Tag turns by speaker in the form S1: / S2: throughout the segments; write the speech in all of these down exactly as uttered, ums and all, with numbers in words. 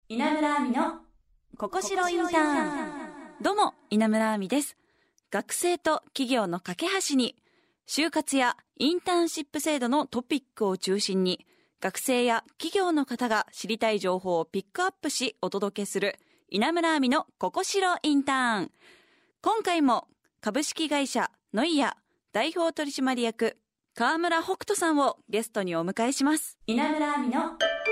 S1: 稲村亜美のここしろインターン。どうも稲村亜美です。学生と企業の架け橋に、就活やインターンシップ制度のトピックを中心に、学生や企業の方が知りたい情報をピックアップしお届けする稲村亜美のここしろインターン。今回も株式会社ノイア代表取締役川村北斗さんをゲストにお迎えします。稲村亜美の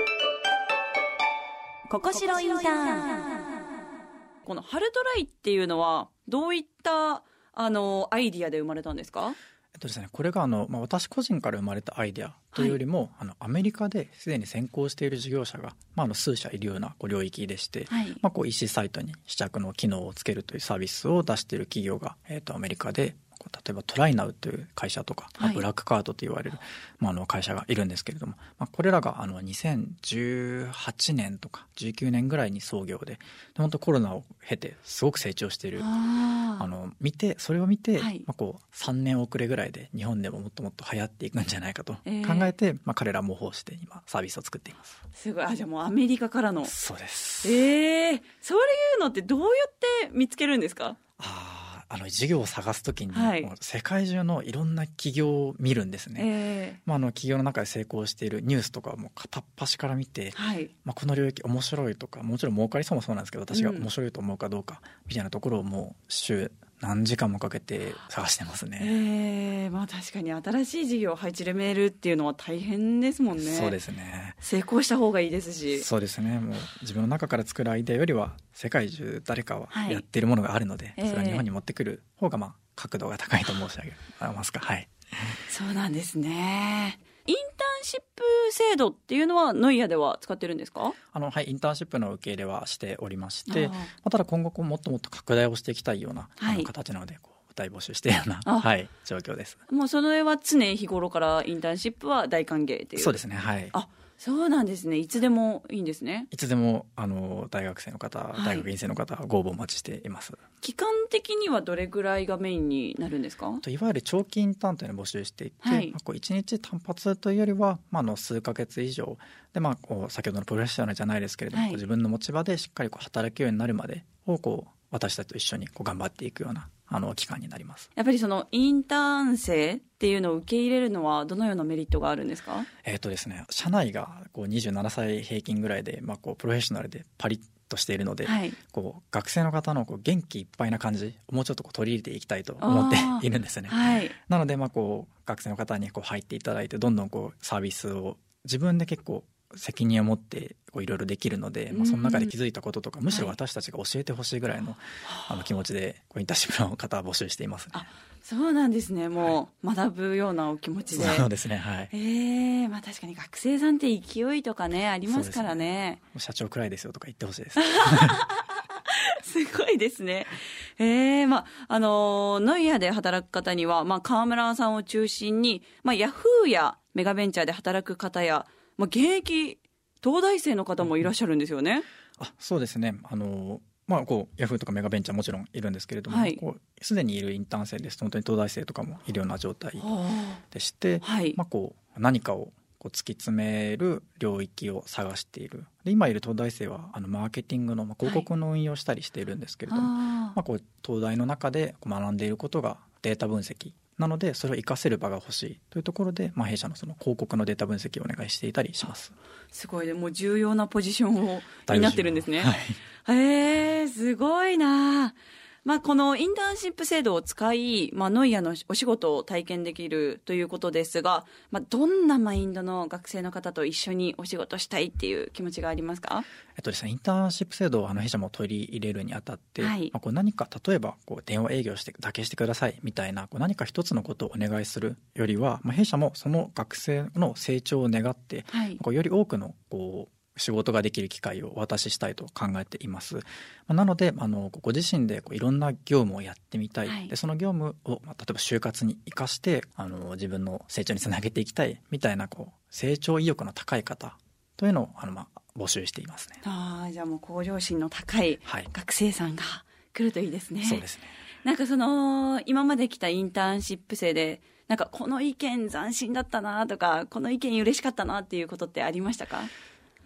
S1: ここしろインターン。この春トライっていうのはどういったあのアイディアで生まれたんですか？
S2: えっとですね、これがあの、まあ、私個人から生まれたアイデアというよりも、はい、あのアメリカですでに先行している事業者が、まあ、あの数社いるようなこう領域でして、はい、まあ、こう イーシー サイトに試着の機能をつけるというサービスを出している企業が、えっとアメリカで例えばトライナウという会社とか、はい、ブラックカードと言われる、まあ、あの会社がいるんですけれども、まあ、これらがあのにせんじゅうはちねんとかじゅうきゅうねんぐらいに創業 で, で本当コロナを経てすごく成長しているああの見てそれを見て、はい、まあ、こうさんねん遅れぐらいで日本でももっともっと流行っていくんじゃないかと考えて、えーまあ、彼ら模倣して今サービスを作っています。
S1: すごい。あ、じゃあもうアメリカからの。
S2: そうです。
S1: えー、そういうのってどうやって見つけるんですか？
S2: ああの事業を探すときに、
S1: はい、
S2: 世界中のいろんな企業を見るんですね、えーまあ、あの企業の中で成功しているニュースとかをもう片っ端から見て、はい、まあ、この領域面白いとか、もちろん儲かりそうもそうなんですけど、私が面白いと思うかどうかみたいなところをもう週何時間もかけて探してますね。
S1: えーまあ、確かに新しい事業を配置でめるっていうのは大変ですもんね。
S2: そうですね。
S1: 成功した方がいいですし。
S2: そうですね。もう自分の中から作るアイデアよりは世界中誰かはやっているものがあるので、はい、それは日本に持ってくる方がまあ角度が高いと申し上げますか。はい。
S1: そうなんですね。インターンシップ制度っていうのはノイアでは使ってるんですか？
S2: あの、はい、インターンシップの受け入れはしておりまして、まあ、ただ今後こうもっともっと拡大をしていきたいような、はい、あの形なのでこう大募集しているような、はい、状況です。
S1: もうそれは常日頃からインターンシップは大歓迎っていう。
S2: そうですね。はい。
S1: あ、そうなんですね。いつでもいいんですね。
S2: いつでもあの大学生の方、はい、大学院生の方ご応募お待ちしています。
S1: 期間的にはどれぐらいがメインになるんですか？
S2: といわゆる長期インターンというのを募集していて、はい、まあ、こういちにち単発というよりは、まあ、あの数ヶ月以上で、まあ、こう先ほどのプロフェッショナルじゃないですけれども、はい、自分の持ち場でしっかりこう働けるようになるまでをこう私たちと一緒にこう頑張っていくようなあの期間になります。
S1: やっぱりそのインターン生っていうのを受け入れるのはどのようなメリットがあるんですか？
S2: えーとですね、社内がこうにじゅうななさい平均ぐらいで、まあ、こうプロフェッショナルでパリッとしているので、はい、こう学生の方のこう元気いっぱいな感じをもうちょっとこう取り入れていきたいと思っているんですね、はい、なのでまあこう学生の方にこう入っていただいてどんどんこうサービスを自分で結構責任を持っていろいろできるので、まあ、その中で気づいたこととかむしろ私たちが教えてほしいぐらいの、はい、あの気持ちでこうインターンシップの方は募集していますね。
S1: あ、そうなんですね。もう学ぶようなお気持ちで。
S2: そうですね。はい。
S1: えーまあ、確かに学生さんって勢いとかねありますからね。
S2: 社長くらいですよとか言ってほしいです
S1: すごいですね。えーまああのノイアで働く方には、まあ、川村さんを中心に、まあ、ヤフーやメガベンチャーで働く方や、まあ、現役東大生の方もいらっしゃるんですよね。
S2: あ、そうですね。あのまあ、こうヤフーとかメガベンチャーもちろんいるんですけれども、はい、こうすでにいるインターン生ですと本当に東大生とかもいるような状態でして、はい、まあ、こう何かをこう突き詰める領域を探している。で今いる東大生はあのマーケティングの、まあ、広告の運用をしたりしているんですけれども、はい、まあ、こう東大の中でこう学んでいることがデータ分析なのでそれを活かせる場が欲しいというところで、まあ、弊社のその広告のデータ分析をお願いしていたりします。
S1: すごい、もう重要なポジションをになってるんですね。
S2: はい、
S1: えー、すごいな。まあ、このインターンシップ制度を使い、まあ、ノイアのお仕事を体験できるということですが、まあ、どんなマインドの学生の方と一緒にお仕事したいっていう気持ちがありますか？
S2: えっとですね、インターンシップ制度をあの弊社も取り入れるにあたって、はい、まあ、こう何か例えばこう電話営業してだけしてくださいみたいなこう何か一つのことをお願いするよりは、まあ、弊社もその学生の成長を願って、はい、こうより多くのこう仕事ができる機会をお渡ししたいと考えています。なのであのご自身でこういろんな業務をやってみたい、はい、でその業務を、まあ、例えば就活に生かしてあの自分の成長につなげていきたいみたいなこう成長意欲の高い方というのをあの、まあ、募集していますね。
S1: あ、じゃあもう向上心の高い学生さんが来るといいですね。
S2: はい、そうですね。
S1: なんかその今まで来たインターンシップ生でなんかこの意見斬新だったなとかこの意見嬉しかったなっていうことってありましたか？
S2: う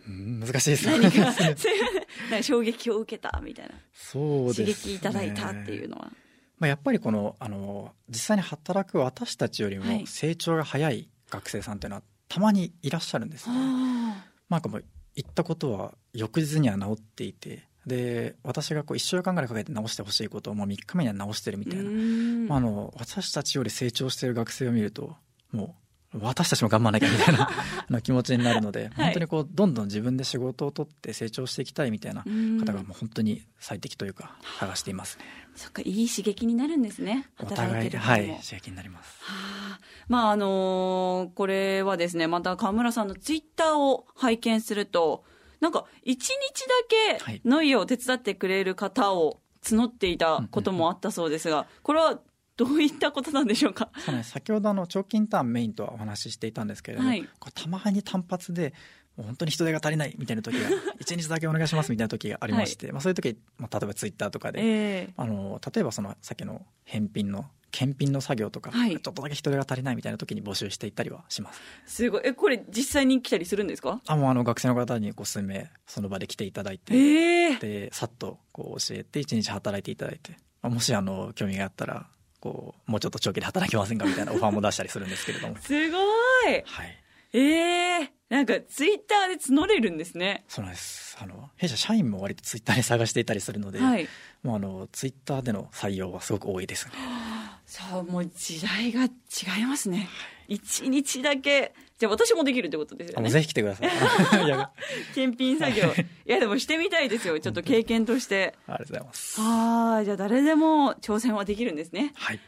S2: うん難しいですね。
S1: 何かなんか衝撃を受けたみたいな、
S2: そうですね、
S1: 刺激いただいたっていうのは、
S2: まあ、やっぱりこのあの実際に働く私たちよりも成長が早い学生さんというのはたまにいらっしゃるんですね。なんかもう言ったことは翌日には治っていて、で私がこういっしゅうかんぐらいかけて直してほしいことをもうみっかめには直してるみたいな、まあ、あの私たちより成長している学生を見るともう私たちも頑張らなきゃみたいな気持ちになるので、はい、本当にこうどんどん自分で仕事を取って成長していきたいみたいな方がもう本当に最適というか探していますね。
S1: そっか、いい刺激になるんですね、働いてる方も。
S2: お互い、はい、刺激になります。
S1: はあ、まああのー、これはですね、また川村さんのツイッターを拝見すると、なんか一日だけノイを手伝ってくれる方を募っていたこともあったそうですが、これはどういったことなんでしょうか。
S2: そうね、先ほどあの長期インターンメインとはお話ししていたんですけれども、はい、これたまに単発でもう本当に人手が足りないみたいな時が一日だけお願いしますみたいな時がありまして、はい、まあ、そういう時、まあ、例えばツイッターとかで、えー、あの例えばそのさっきの返品の検品の作業とか、はい、ちょっとだけ人手が足りないみたいな時に募集していったりはします。
S1: すごい。え、これ実際に来たりするんですか？
S2: あ、もうあの学生の方にご数名その場で来ていただいて、
S1: えー、
S2: でさっとこう教えて一日働いていただいて、もしあの興味があったらこうもうちょっと長期で働きませんかみたいなオファーも出したりするんですけれども
S1: すごい、
S2: はい、
S1: えー、なんかツイッターで募れるんですね。
S2: そうなんです。あの弊社社員も割とツイッターで探していたりするので、はい、もうあのツイッターでの採用はすごく多いですね。
S1: そう、もう時代が違いますね。一日だけ、じゃあ私もできるってことですよね。
S2: ぜひ来てください
S1: 検品作業、はい、いやでもしてみたいですよ、ちょっと経験として。
S2: ありがとうございます。
S1: ああ、じゃあ誰でも挑戦はできるんですね。
S2: はい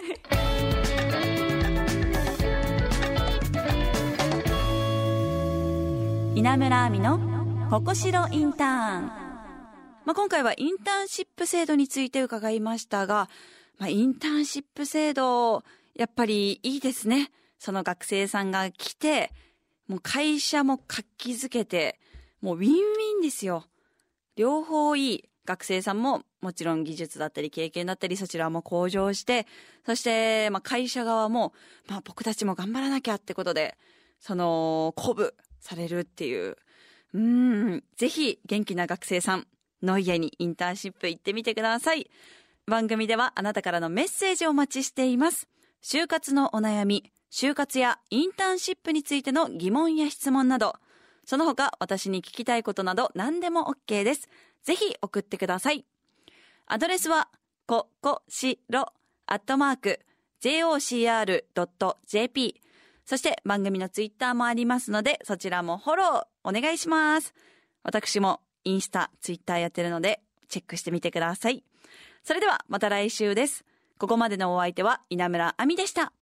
S1: 稲村亜美のここしろインターン、まあ、今回はインターンシップ制度について伺いましたが、まあ、インターンシップ制度やっぱりいいですね。その学生さんが来て、もう会社も活気づけて、もうウィンウィンですよ。両方いい。学生さんももちろん技術だったり経験だったりそちらも向上して、そしてまあ会社側も、まあ、僕たちも頑張らなきゃってことでその鼓舞されるっていう、うーん、ぜひ元気な学生さんの家にインターンシップ行ってみてください。番組ではあなたからのメッセージをお待ちしています。就活のお悩み、就活やインターンシップについての疑問や質問など、その他私に聞きたいことなど何でも OK です。ぜひ送ってください。アドレスはここしろアットマーク ジェイオーシーアールドットジェーピー、 そして番組のツイッターもありますのでそちらもフォローお願いします。私もインスタ、ツイッターやってるのでチェックしてみてください。それではまた来週です。ここまでのお相手は稲村亜美でした。